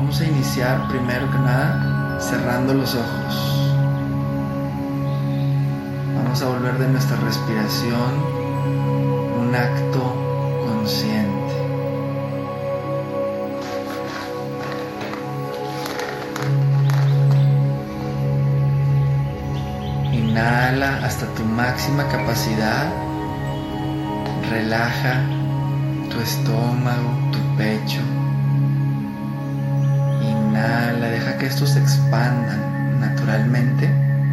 Vamos a iniciar primero que nada cerrando los ojos. Vamos a volver de nuestra respiración un acto consciente. Inhala hasta tu máxima capacidad. Relaja tu estómago, tu pecho. Inhala, deja que estos se expandan naturalmente.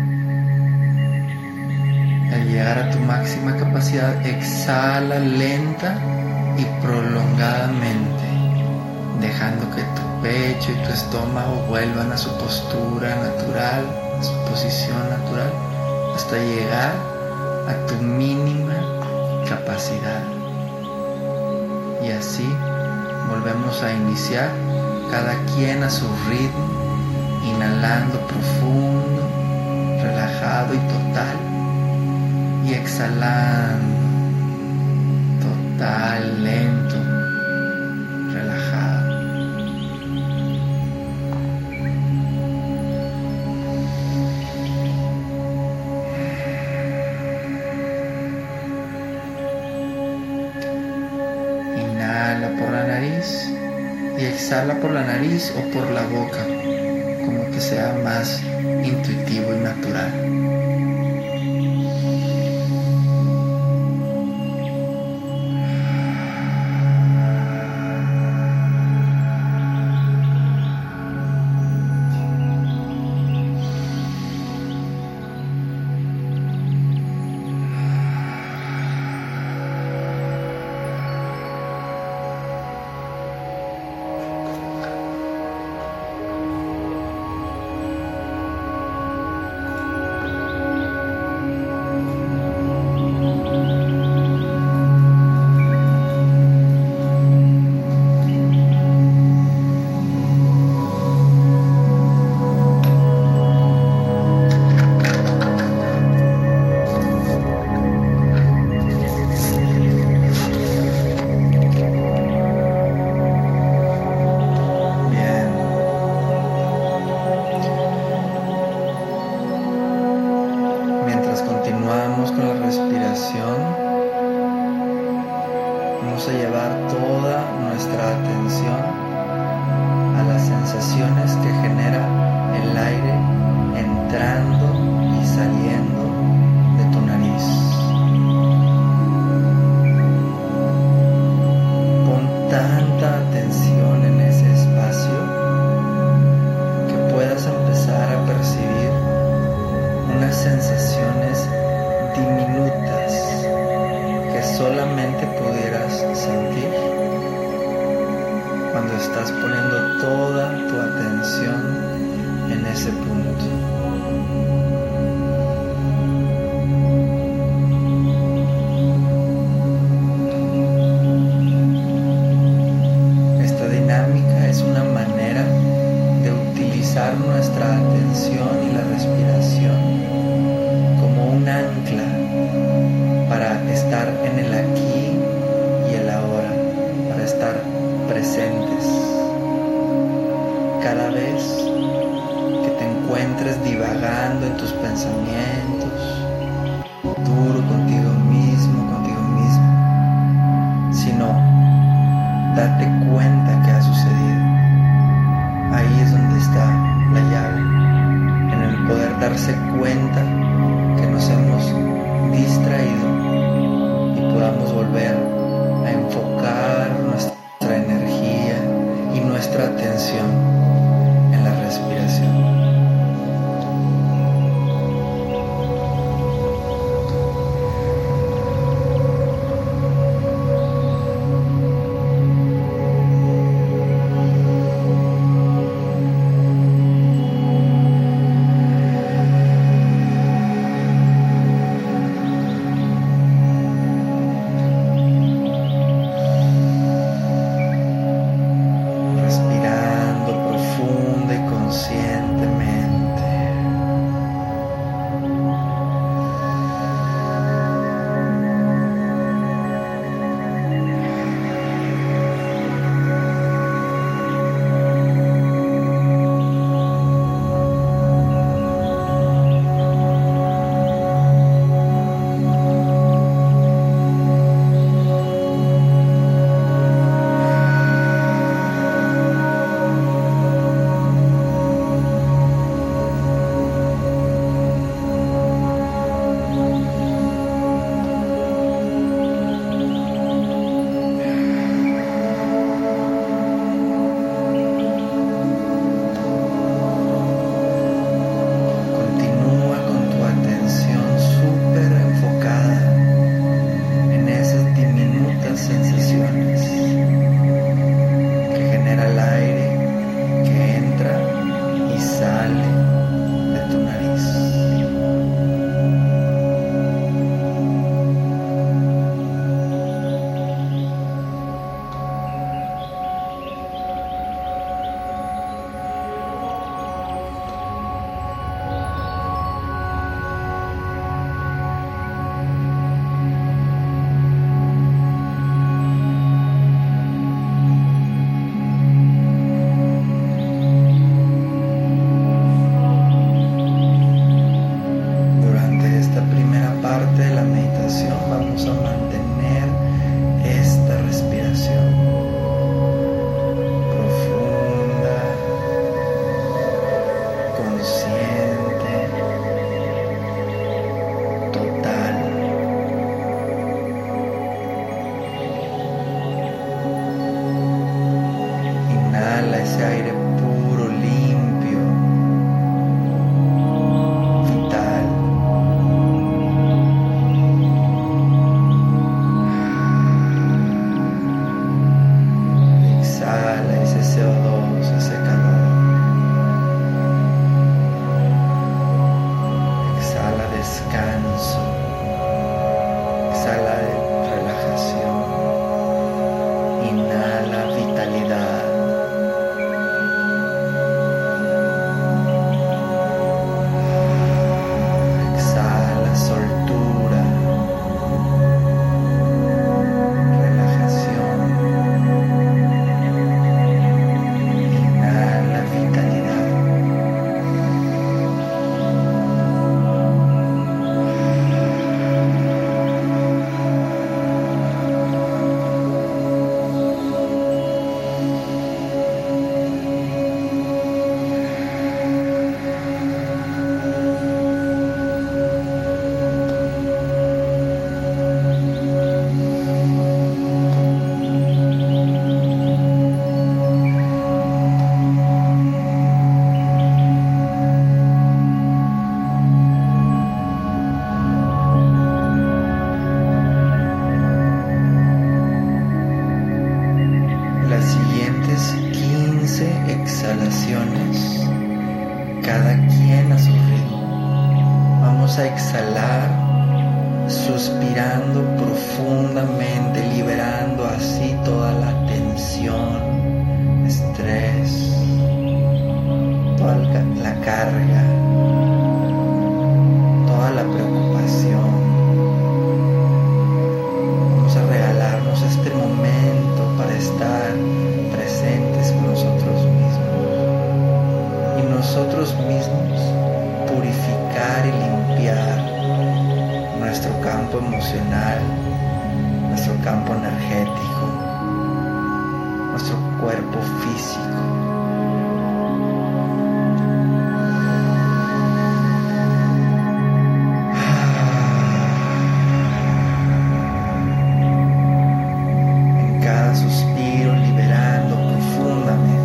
Al llegar a tu máxima capacidad, exhala lenta y prolongadamente, dejando que tu pecho y tu estómago vuelvan a su postura natural, a su posición natural, hasta llegar a tu mínima capacidad. Y así volvemos a iniciar, cada quien a su ritmo, inhalando profundo, relajado y total, y exhalando total, lento, relajado. Inhala por la nariz y exhala por la nariz o por la boca, como que sea más intuitivo y natural. Continuamos con la respiración. Vamos a llevar toda nuestra atención a las sensaciones que genera el aire entrando y saliendo de tu nariz. Pon tanta atención en ese espacio que puedas empezar a percibir unas sensaciones diminutas que solamente pudieras sentir cuando estás poniendo toda tu atención en ese punto. Esta dinámica es una manera de utilizar nuestra atención y la respiración como un ancla para estar en el aquí y el ahora, para estar presentes. Cada vez que te encuentres divagando en tus pensamientos, duro contigo mismo, contigo mismo, sino date cuenta que ha sucedido. Ahí es donde está la llave, en el poder darse cuenta que nos hemos distraído y podamos volver a enfocar nuestra energía y nuestra atención en la respiración. las siguientes 15 exhalaciones, cada quien a su ritmo, vamos a exhalar suspirando profundamente, liberando así toda la tensión, estrés, toda la carga, toda la preocupación. Vamos a regalarnos este momento para estar presentes con nosotros mismos y nosotros mismos purificar y limpiar nuestro campo emocional, nuestro campo energético, nuestro cuerpo físico. En cada suspiro liberando profundamente.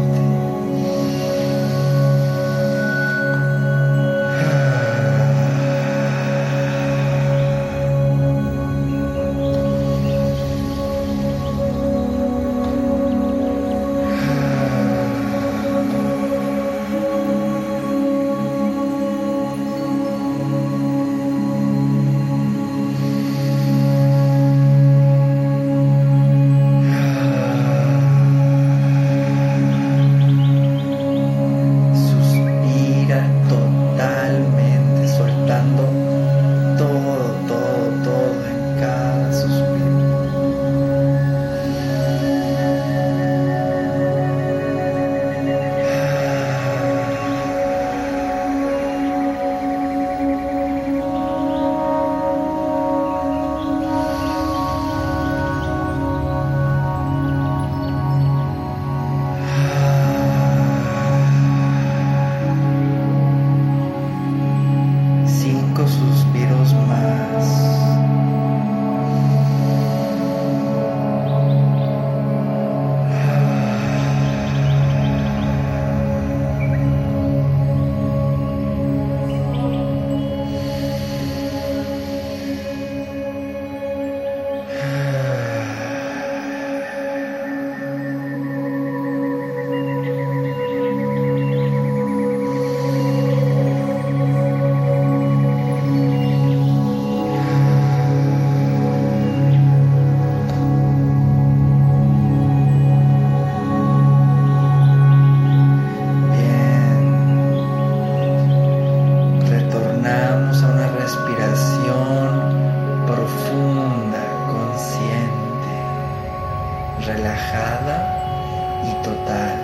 Relajada y total.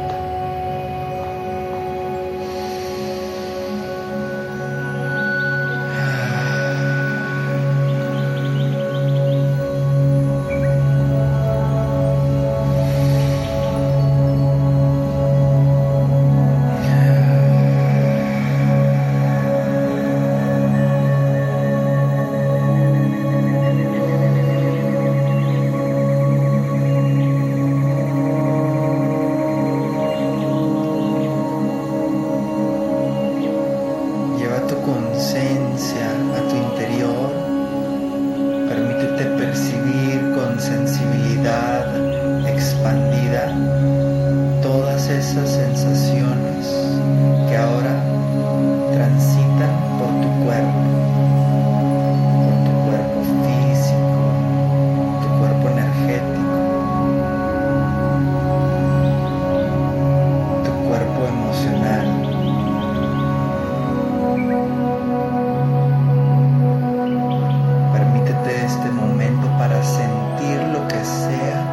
Esas sensaciones que ahora transitan por tu cuerpo físico, tu cuerpo energético, tu cuerpo emocional. Permítete este momento para sentir lo que sea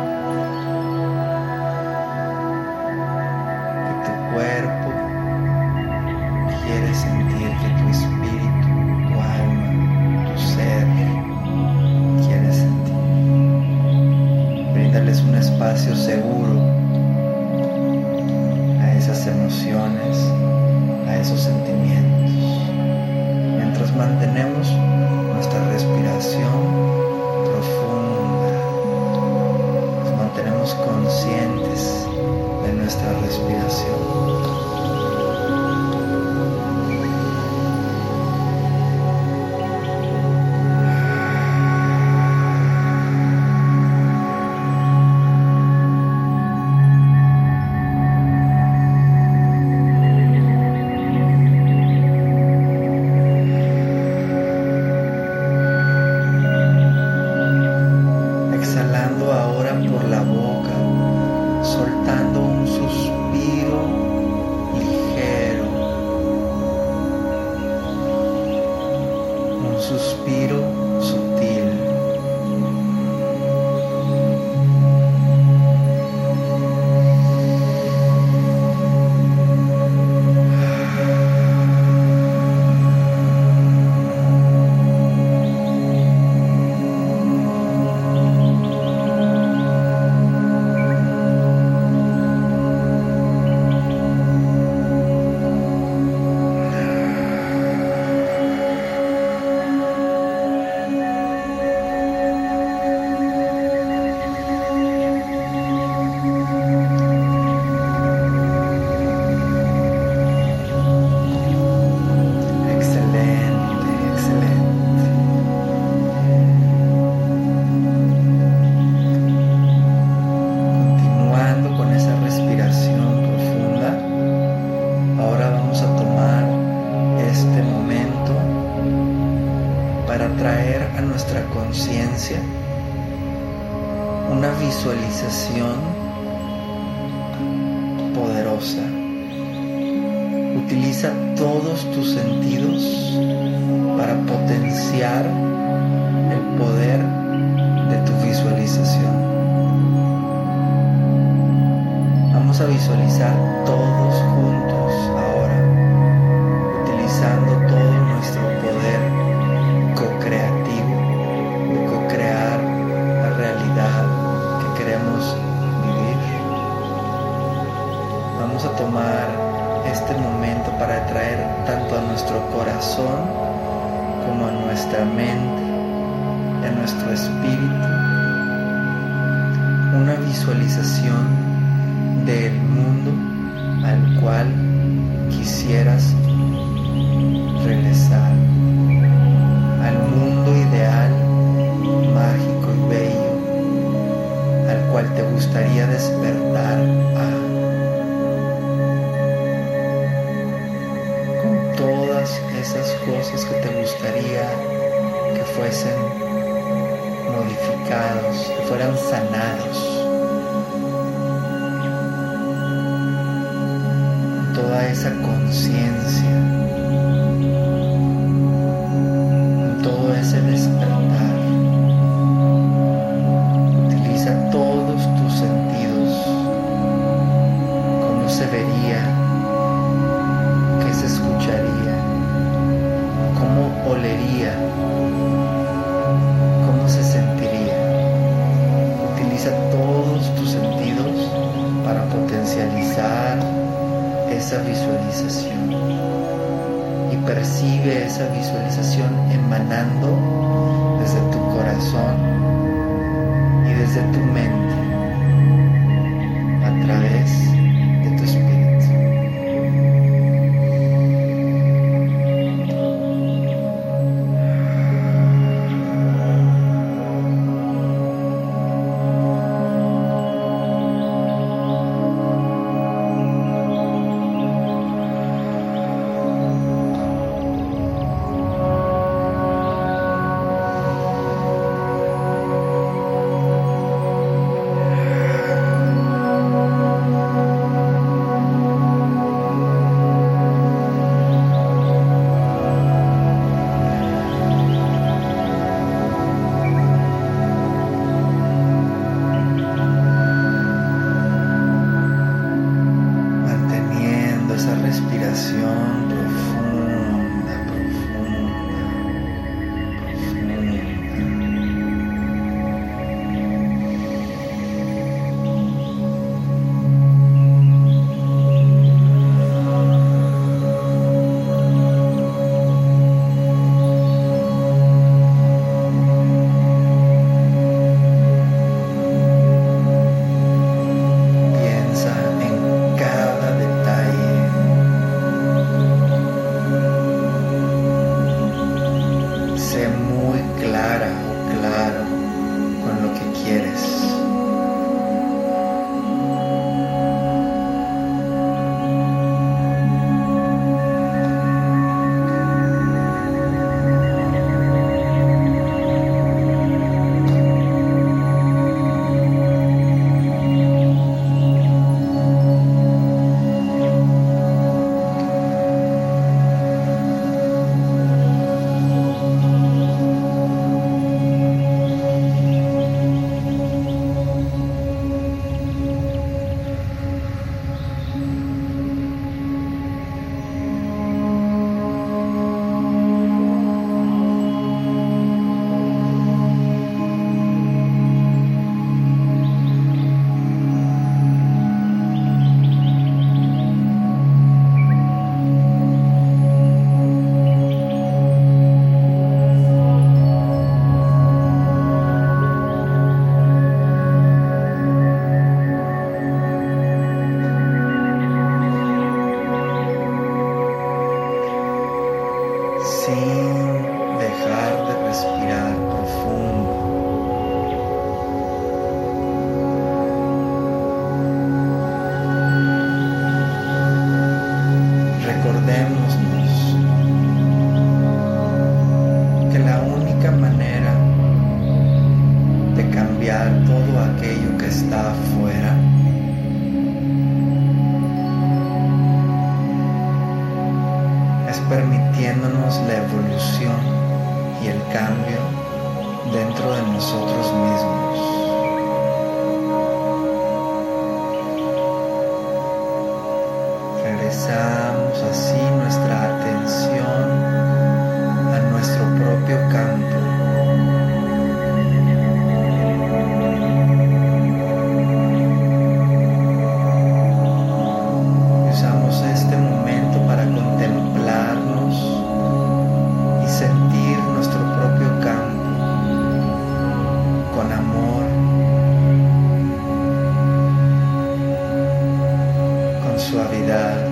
cuerpo quiere sentir, que tu espíritu, tu alma, tu ser quiere sentir. Bríndales un espacio seguro a esas emociones, a esos sentimientos, mientras mantenemos nuestra respiración profunda, nos mantenemos conscientes de nuestra respiración. frecuencia, una visualización poderosa. Utiliza todos tus sentidos para potenciar el poder de tu visualización. Vamos a visualizar todos juntos ahora, utilizando todo nuestro poder co-creativo de co-crear la realidad que queremos vivir. Vamos a tomar este momento para traer tanto a nuestro corazón como a nuestra mente, a nuestro espíritu, una visualización del mundo al cual quisieras regresar, al mundo ideal, mágico y bello, al cual te gustaría despertar con todas esas cosas que te gustaría que fuesen modificados, que fueran sanados. Toda esa conciencia, todo ese despertar. Utiliza todos tus sentidos. ¿Cómo se vería? ¿Qué se escucharía? ¿Cómo olería? ¿Cómo se sentiría? Utiliza todos tus sentidos para potencializar esa visualización y percibe esa visualización emanando desde tu corazón y desde tu mente a través de tu espíritu. favoreciéndonos la evolución y el cambio dentro de nosotros mismos. Regresamos así nuestra atención a nuestro propio campo. Usamos este momento para contemplarnos y sentir nuestro propio campo con amor, con suavidad.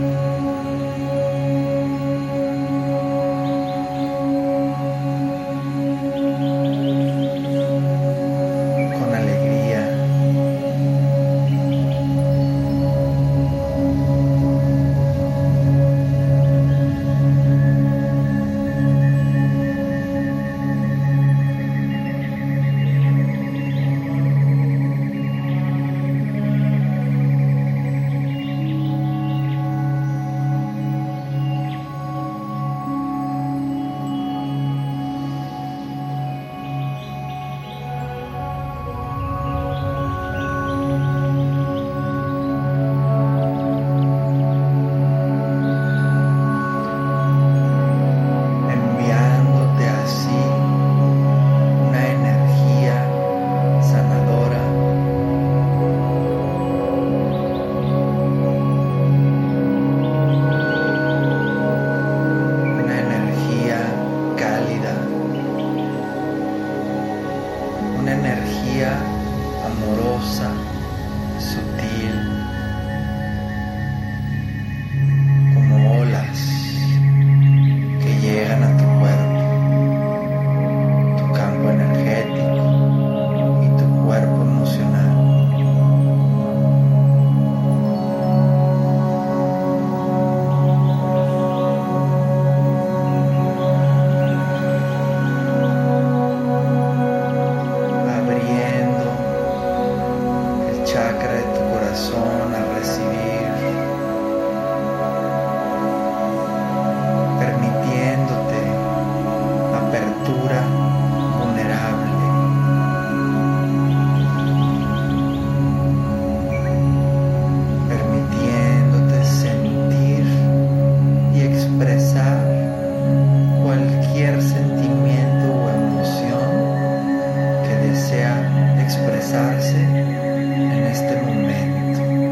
Una energía amorosa, sutil, como olas que llegan a tu cuerpo, tu campo energético y tu cuerpo emocional. Chakra de tu corazón a recibir, permitiéndote apertura vulnerable, permitiéndote sentir y expresar cualquier sentimiento o emoción que desea expresarse en este momento.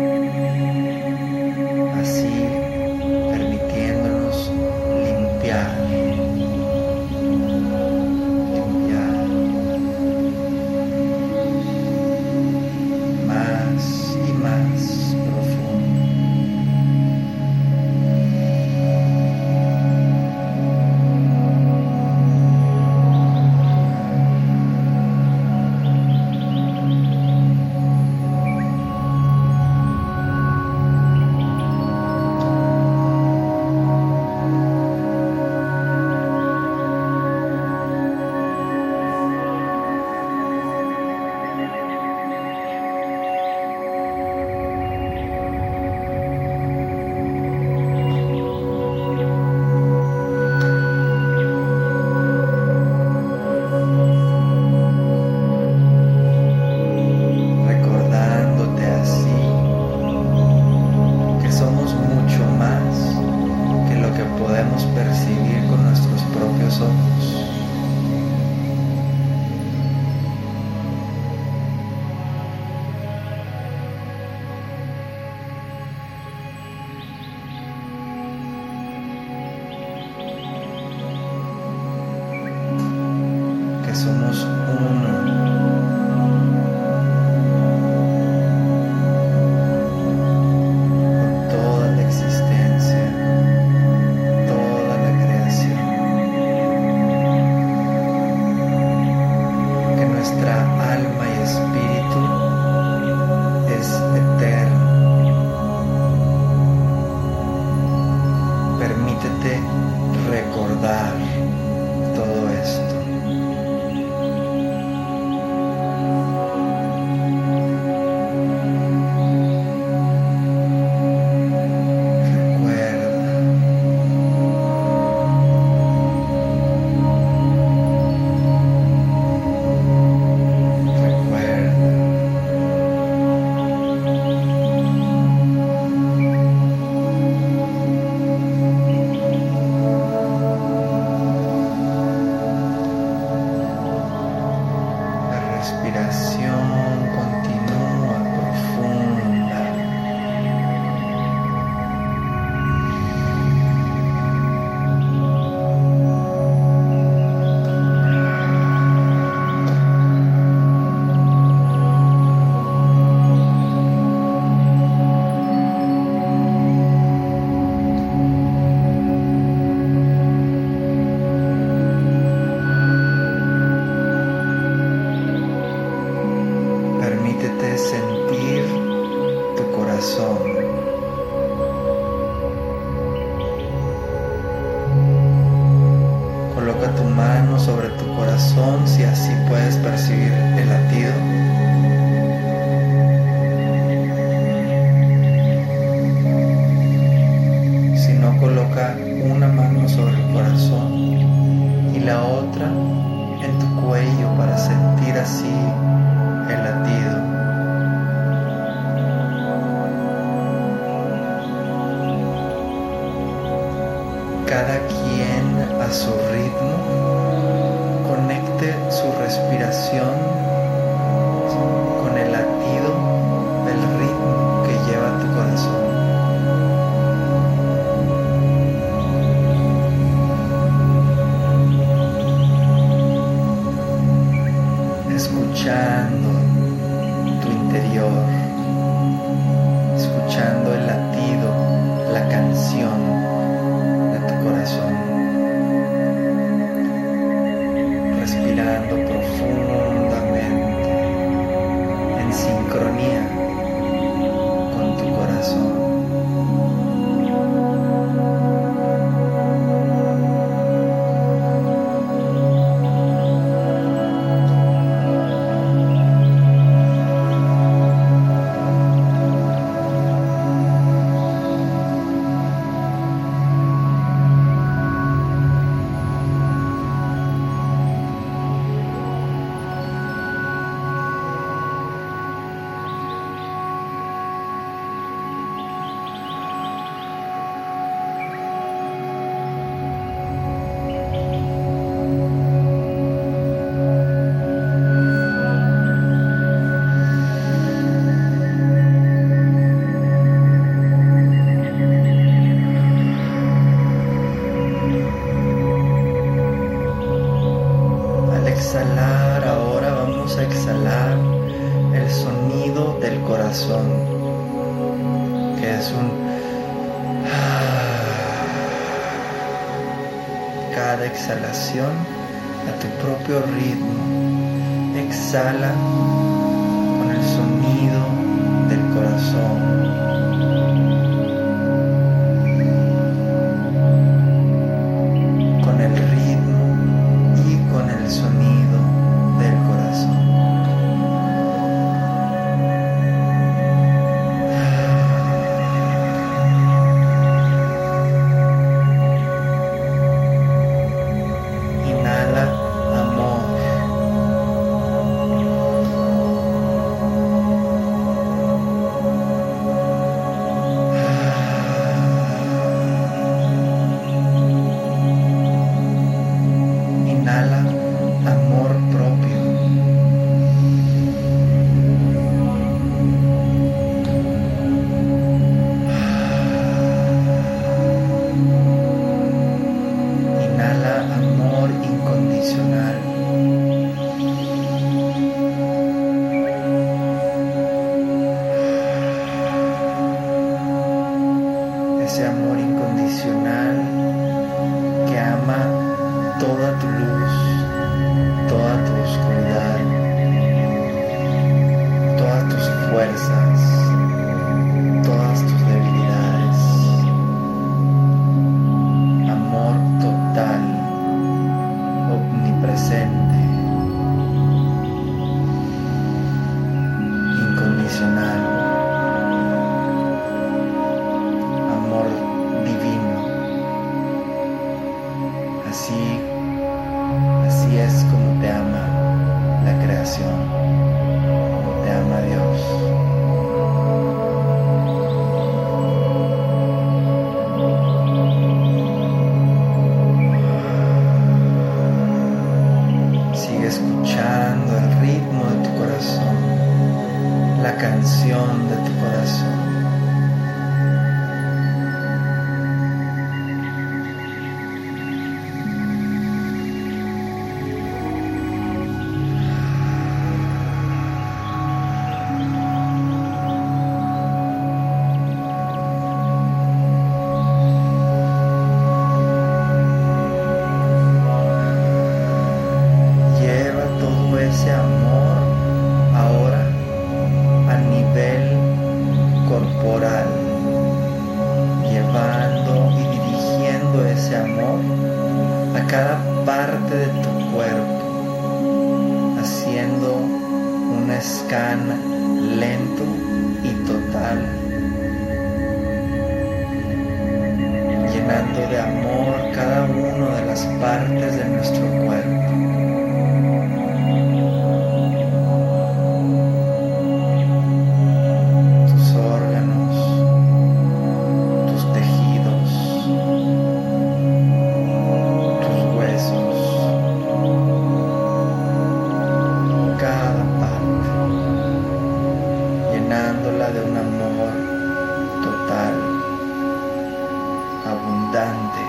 corazón. Coloca tu mano sobre tu corazón si así puedes percibir el latido. Si no, coloca una mano sobre el corazón y la otra en tu cuello para sentir así el latido. Cada quien a su ritmo conecte su respiración con el latido del ritmo que lleva tu corazón. Escuchando tu interior, escuchando el latido, la canción de tu corazón, respirando profundamente en sincronía con tu corazón. Exhalar, ahora vamos a exhalar el sonido del corazón, que es un cada exhalación a tu propio ritmo. Exhala con el sonido del corazón. Ese amor incondicional que ama toda tu luz, toda tu oscuridad, todas tus fuerzas, todas tus debilidades. Amor total, omnipresente, incondicional. Así corporal, llevando y dirigiendo ese amor a cada parte de tu cuerpo, haciendo un scan lento y total, llenando de amor cada una de las partes de nuestro cuerpo. Tus órganos, tus tejidos, tus huesos, cada parte, llenándola de un amor total, abundante.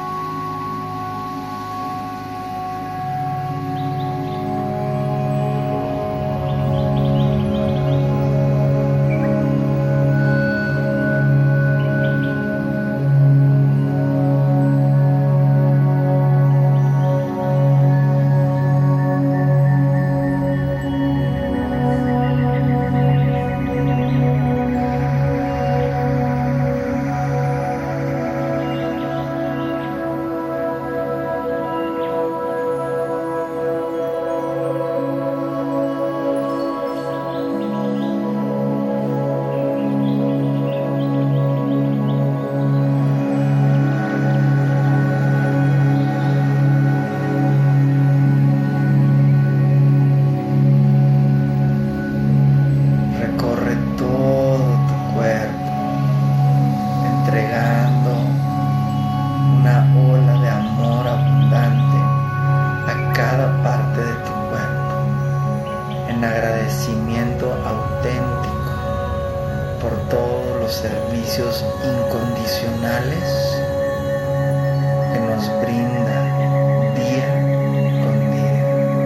Por todos los servicios incondicionales que nos brinda día con día.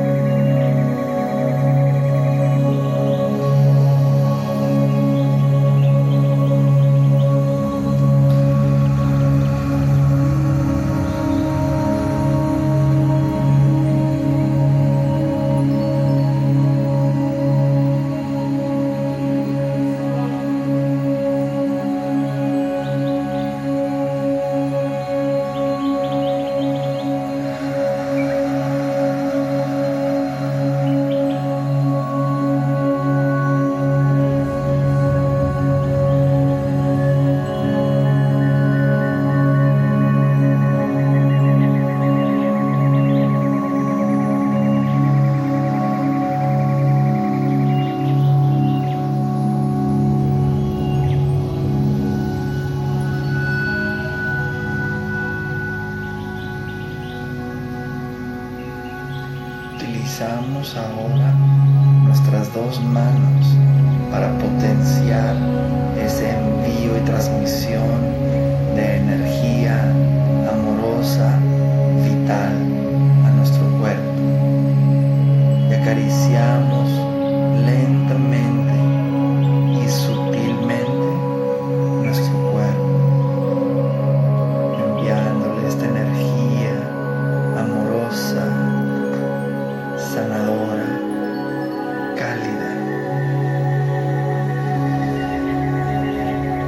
Utilizamos ahora nuestras dos manos para potenciar ese envío y transmisión de energía amorosa, vital a nuestro cuerpo. Y acariciamos lentamente y sutilmente nuestro cuerpo, enviándole esta energía amorosa, sanadora, cálida.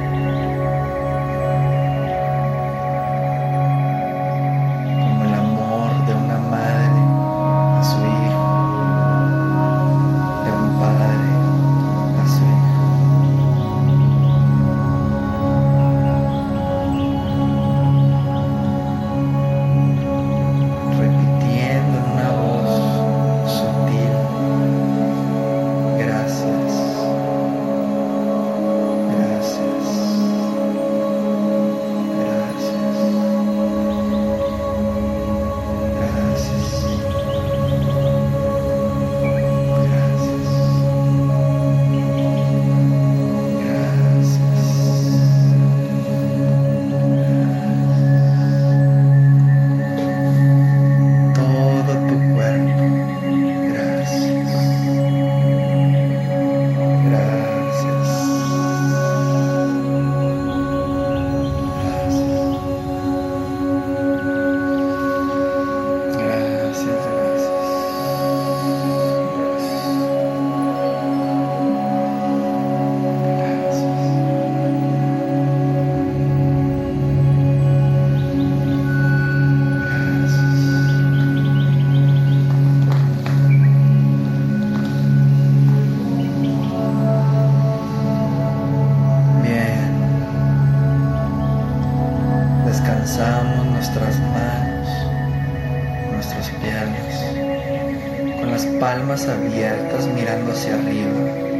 nuestras manos, nuestras piernas, con las palmas abiertas mirando hacia arriba.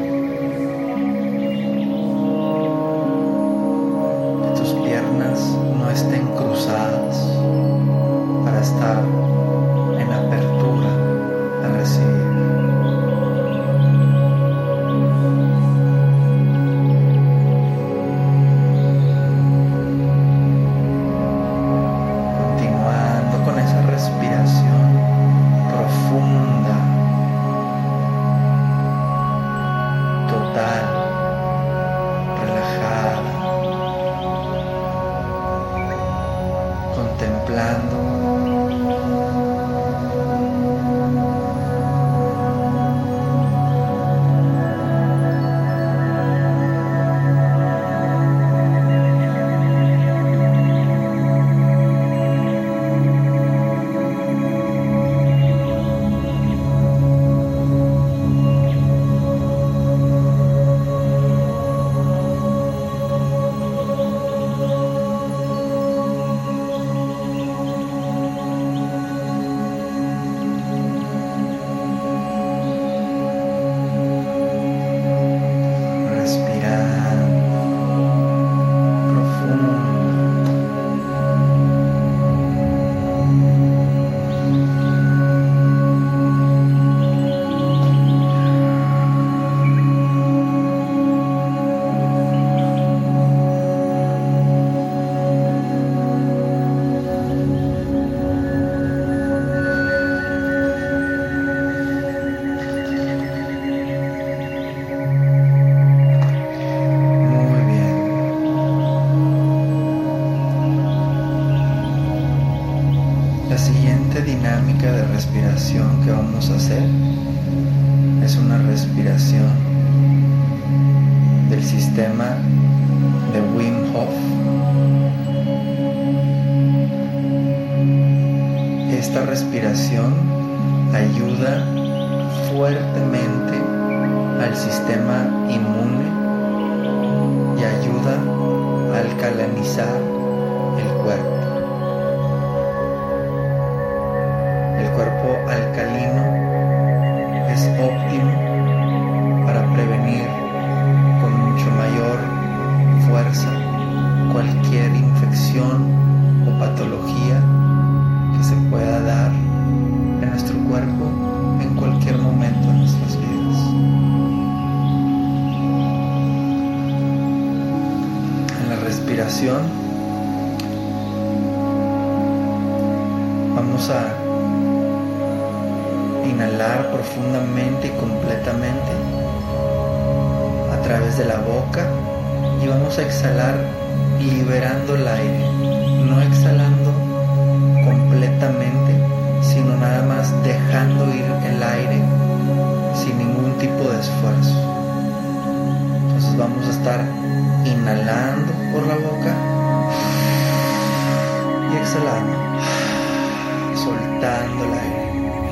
Que tus piernas no estén cruzadas para estar en apertura a recibir. La siguiente dinámica de respiración que vamos a hacer es una respiración del sistema de Wim Hof. Esta respiración ayuda fuertemente al sistema inmune y ayuda a alcalinizar el cuerpo. El cuerpo alcalino es óptimo para prevenir con mucho mayor fuerza cualquier infección o patología que se pueda dar en nuestro cuerpo en cualquier momento de nuestras vidas. En la respiración vamos a inhalar profundamente y completamente a través de la boca y vamos a exhalar liberando el aire, no exhalando completamente, sino nada más dejando ir el aire sin ningún tipo de esfuerzo. Entonces vamos a estar inhalando por la boca y exhalando, soltando el aire.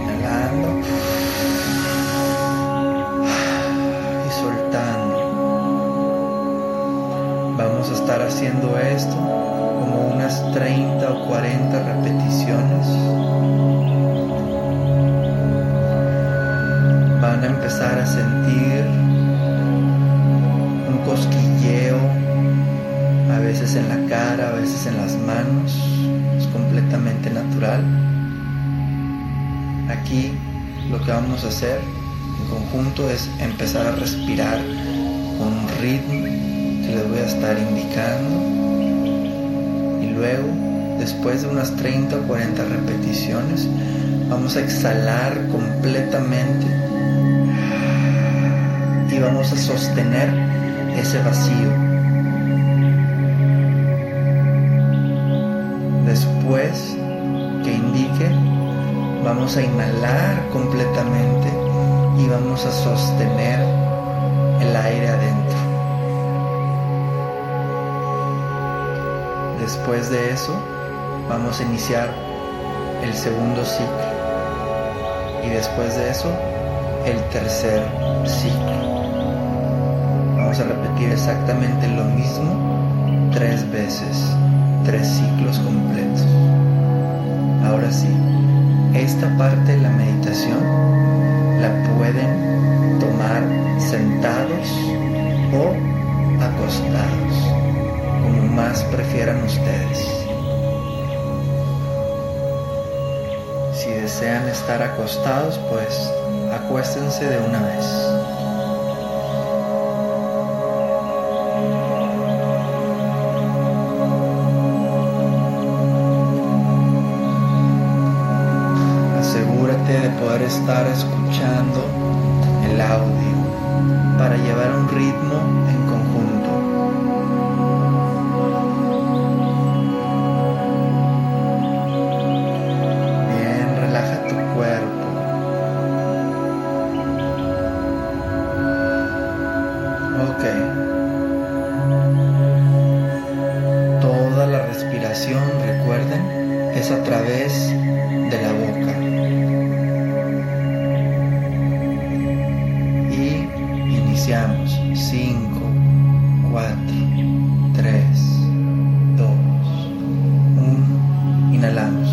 Y soltando. Vamos a estar haciendo esto como unas 30 o 40 repeticiones. Van a empezar a sentir un cosquilleo, a veces en la cara, a veces en las manos. Es completamente natural. Aquí lo que vamos a hacer en conjunto es empezar a respirar con un ritmo que les voy a estar indicando, y luego, después de unas 30 o 40 repeticiones, vamos a exhalar completamente y vamos a sostener ese vacío. Después que indique, vamos a inhalar completamente y vamos a sostener el aire adentro. Después de eso, vamos a iniciar el segundo ciclo y después de eso, el tercer ciclo. Vamos a repetir exactamente lo mismo 3 veces, 3 ciclos completos. Ahora sí, esta parte de la meditación la pueden tomar sentados o acostados, como más prefieran ustedes. Si desean estar acostados, pues acuéstense de una vez. De poder estar escuchando el audio para llevar un ritmo en conjunto. Bien, relaja tu cuerpo. Ok. Toda la respiración, recuerden, es a través de la boca. Iniciamos. 5, 4, 3, 2, 1. Inhalamos.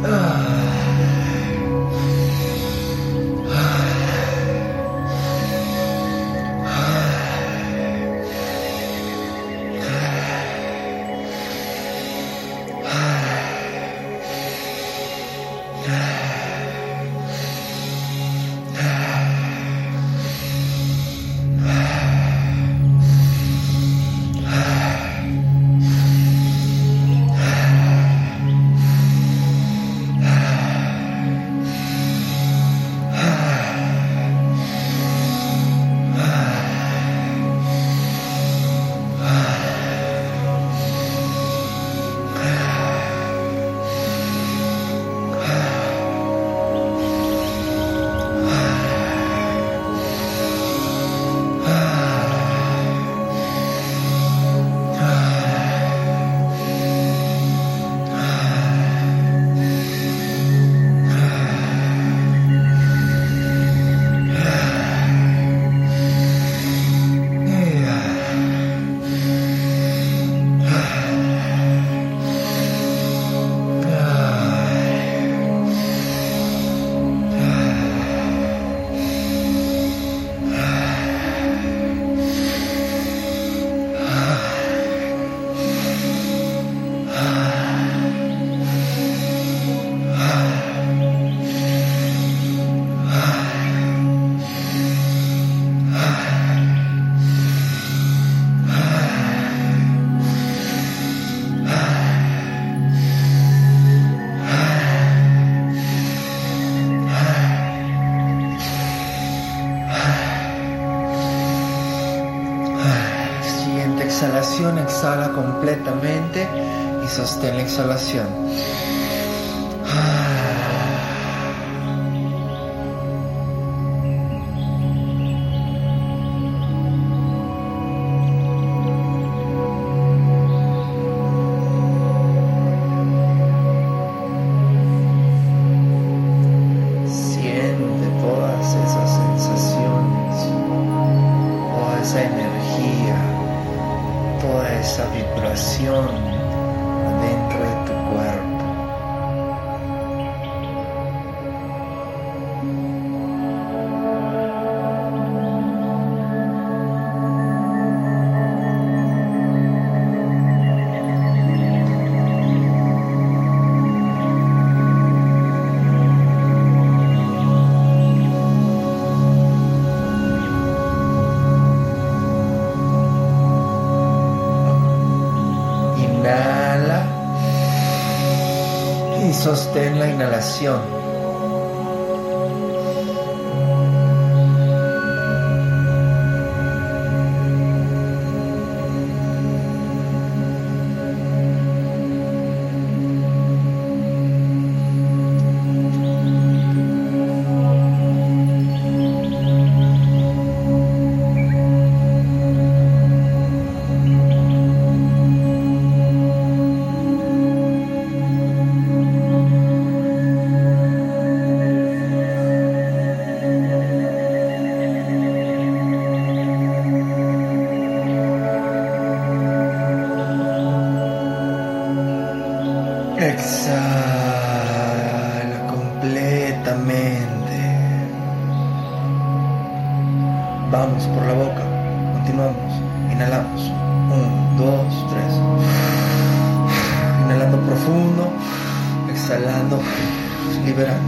Exhalación, exhala completamente y sostén la exhalación. Siente todas esas sensaciones, toda esa energía, toda esa vibración dentro de tu cuerpo. Inhala y sostén la inhalación. Exhala completamente. Vamos por la boca. Continuamos. Inhalamos. 1, 2, 3. Inhalando profundo. Exhalando. Liberando.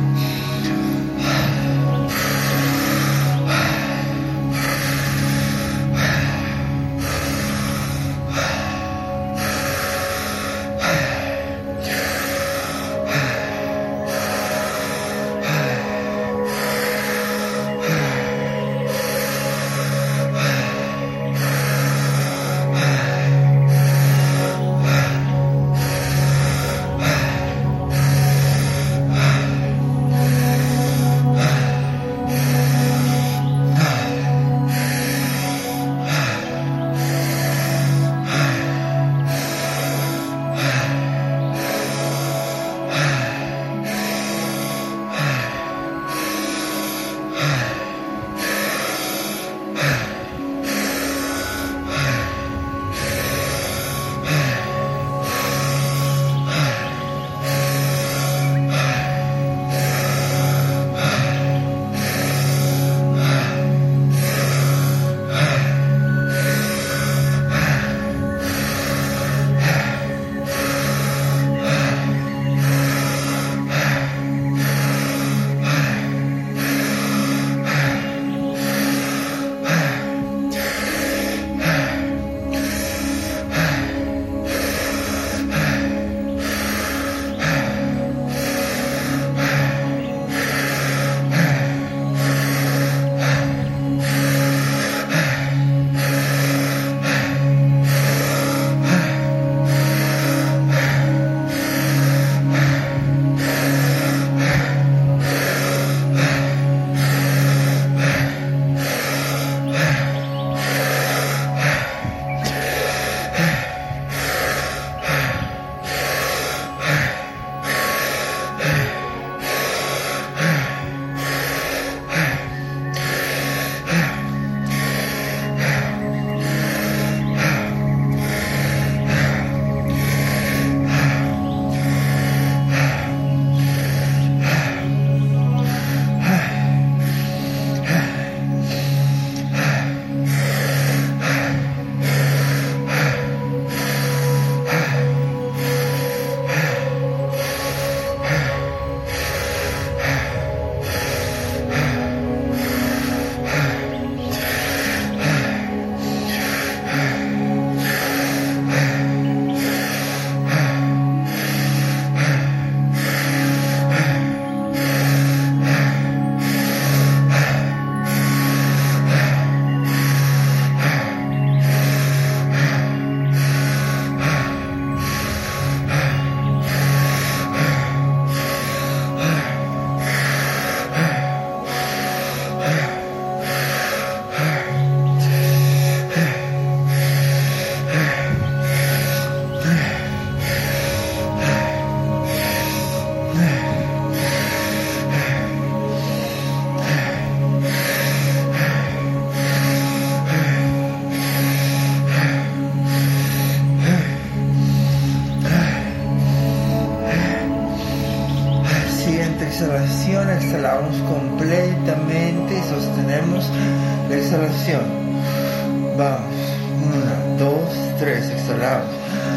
siguiente exhalación exhalamos completamente y sostenemos la exhalación. Vamos, 1, 2, 3, exhalamos.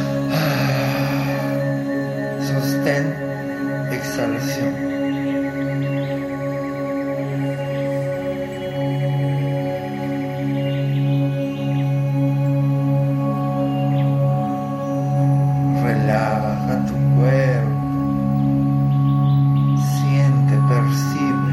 Sostén, exhalación. Relaja tu cuerpo. Siente, percibe.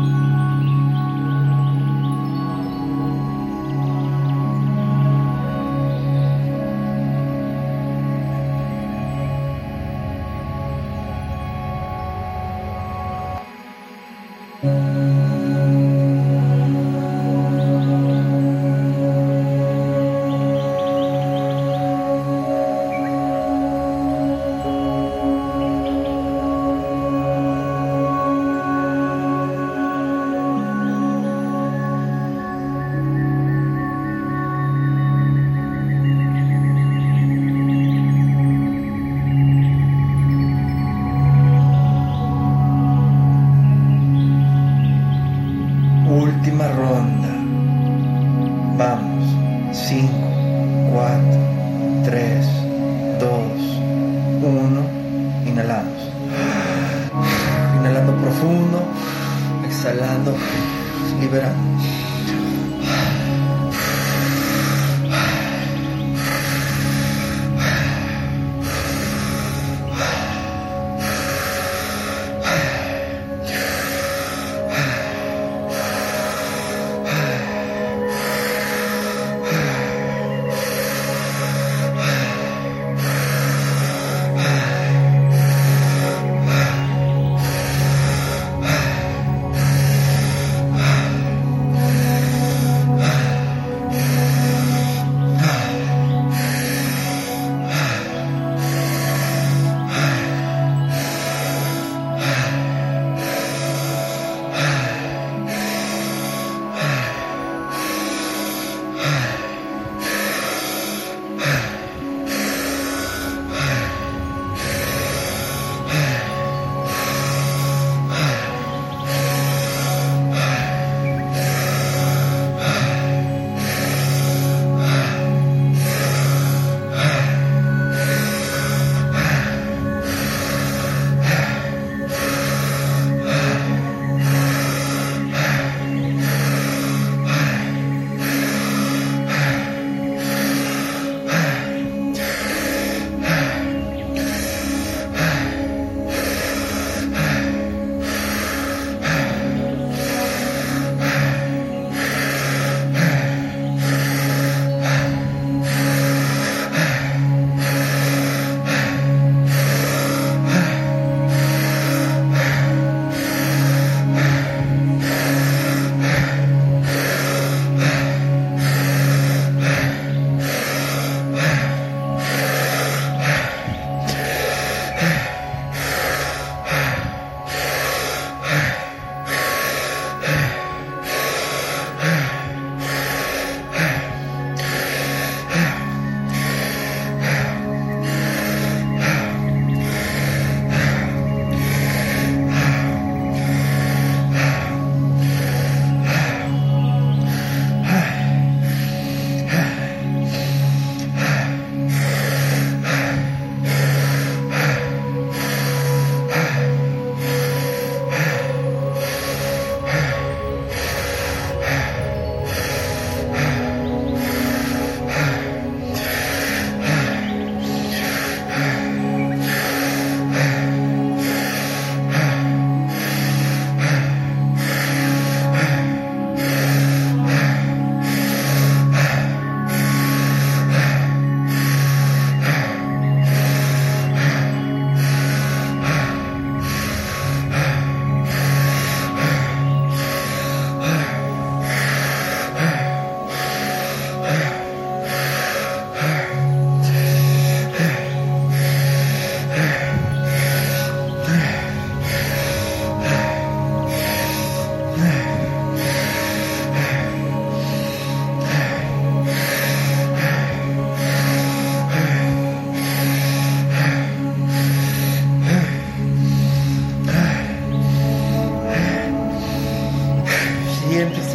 Última ronda. Vamos. 5, 4, 3, 2, 1. Inhalamos. Inhalando profundo. Exhalando. Liberando.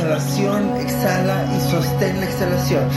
exhalación, exhala y sostén la exhalación.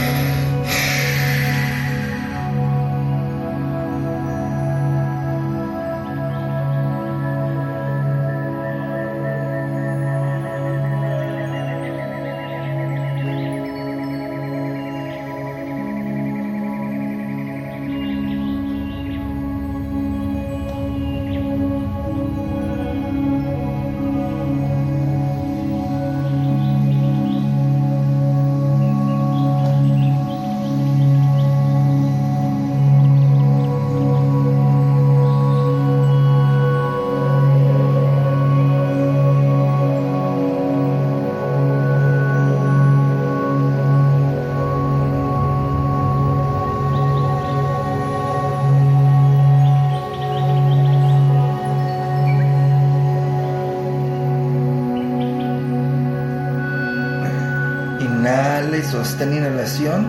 Inhala y sostén inhalación.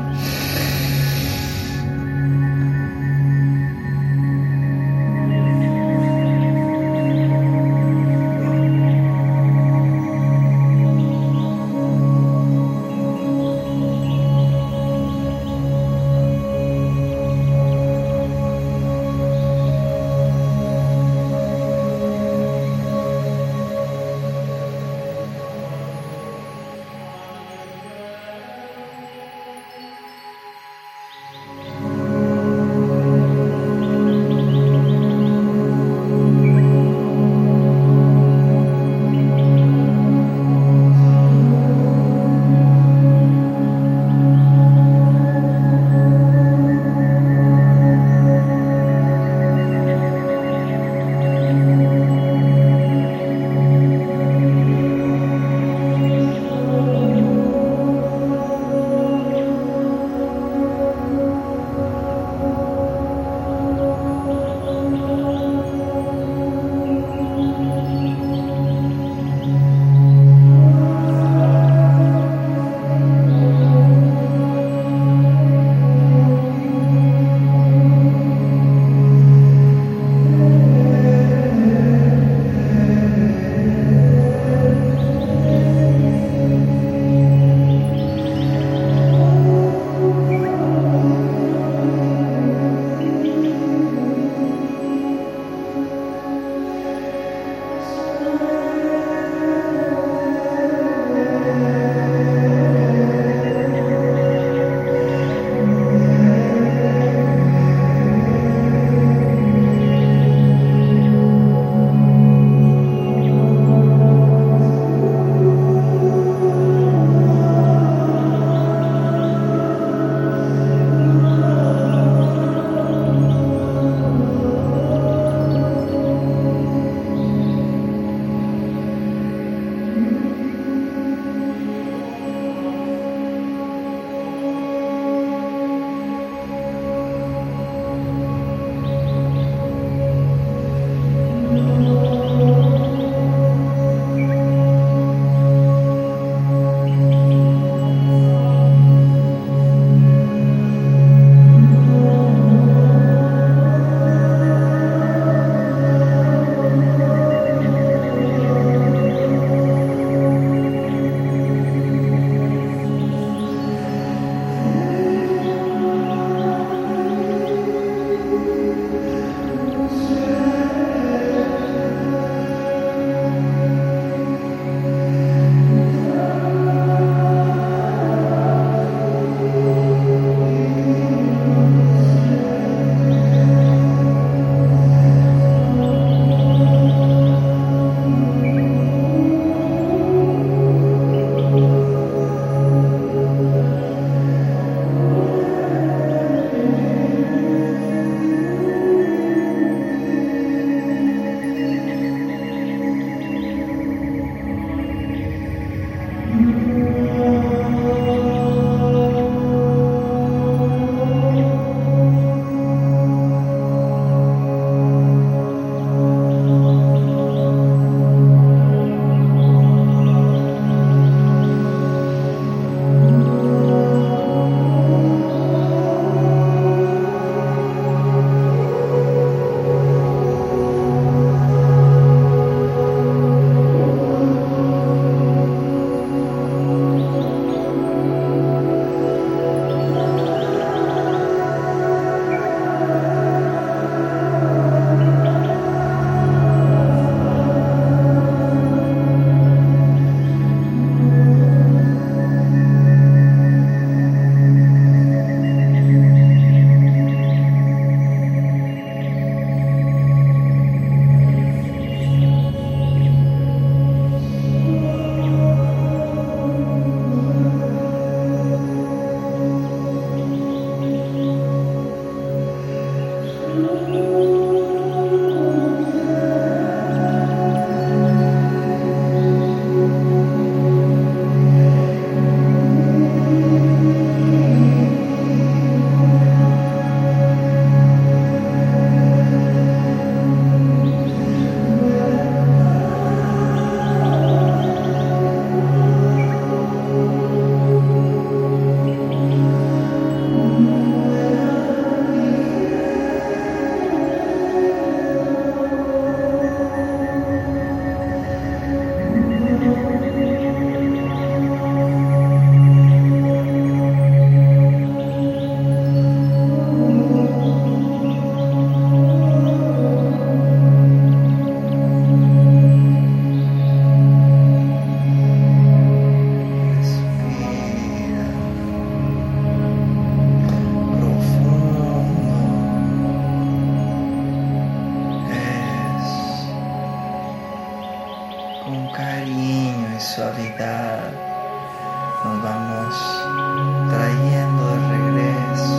con cariño y suavidad nos vamos trayendo de regreso,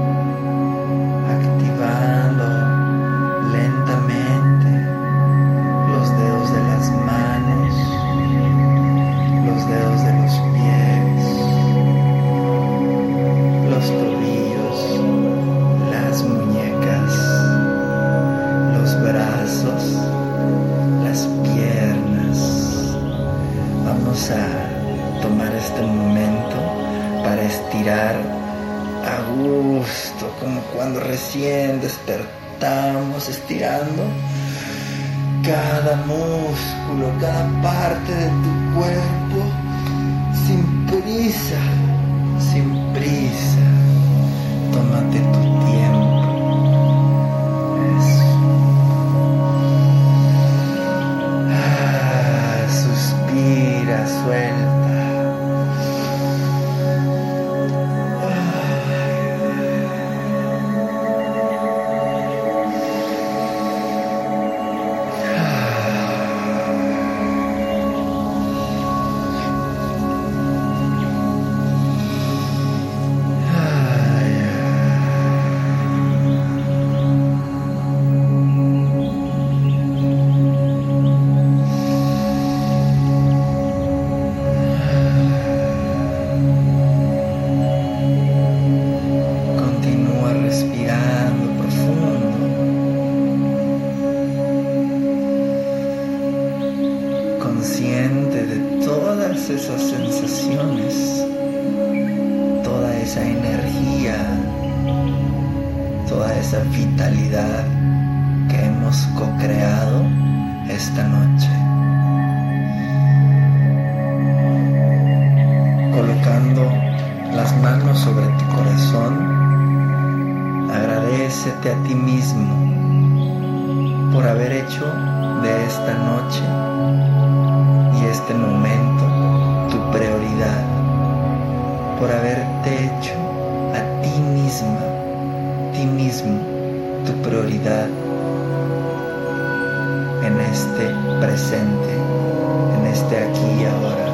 activando lentamente los dedos de las manos, los dedos de los pies, los tobillos, las muñecas, los brazos, las piernas. Vamos a tomar este momento para estirar a gusto, como cuando recién despertamos, estirando cada músculo, cada parte de tu cuerpo, sin prisa, sin prisa. Tómate tu tiempo. Eso. Suspira, suelta. Consciente de todas esas sensaciones, toda esa energía, toda esa vitalidad que hemos co-creado esta noche. Colocando las manos sobre tu corazón, agradécete a ti mismo por haber hecho de esta noche y este momento tu prioridad, por haberte hecho a ti misma, ti mismo, tu prioridad en este presente, en este aquí y ahora.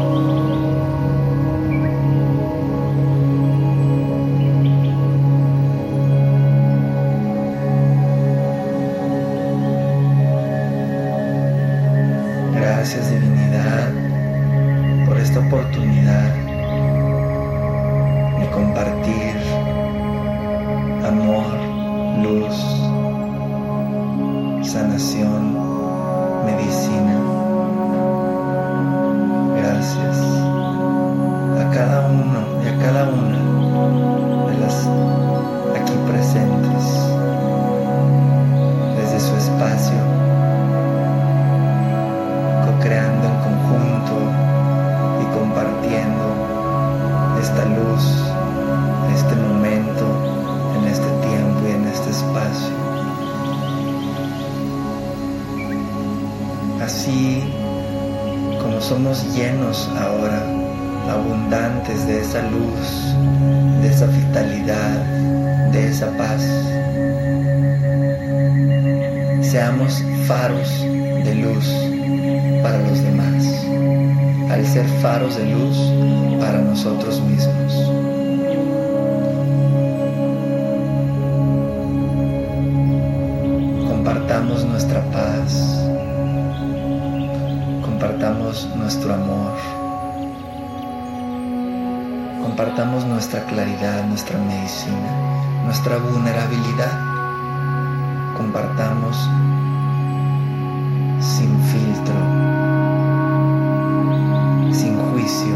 Gracias, divinidad, por esta oportunidad de compartir amor, luz, sanación, medicina. Gracias a cada uno y a cada una de las aquí presentes, desde su espacio, creando en conjunto y compartiendo esta luz, este momento, en este tiempo y en este espacio. Así como somos llenos ahora, abundantes de esa luz, de esa vitalidad, de esa paz, seamos faros de luz para los demás, al ser faros de luz para nosotros mismos. Compartamos nuestra paz, compartamos nuestro amor, compartamos nuestra claridad, nuestra medicina, nuestra vulnerabilidad, compartamos sin filtro, sin juicio.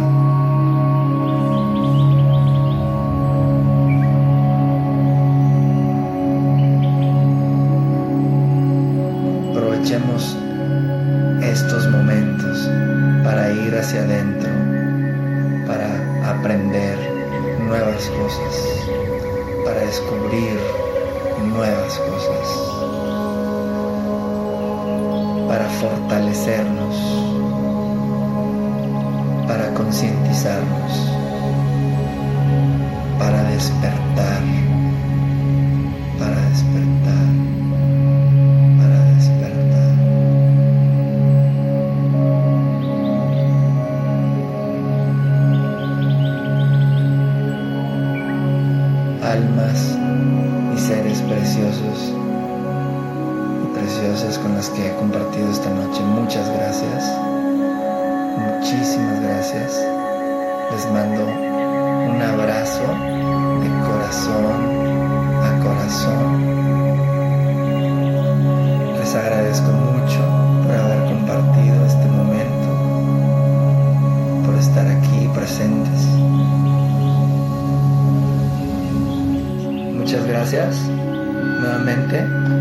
Aprovechemos estos momentos para ir hacia adentro, para aprender nuevas cosas, para descubrir nuevas cosas, para fortalecernos, para concientizarnos, para despertar, para despertar, para despertar. muchísimas gracias. Les mando un abrazo de corazón a corazón. Les agradezco mucho por haber compartido este momento, por estar aquí presentes. Muchas gracias nuevamente.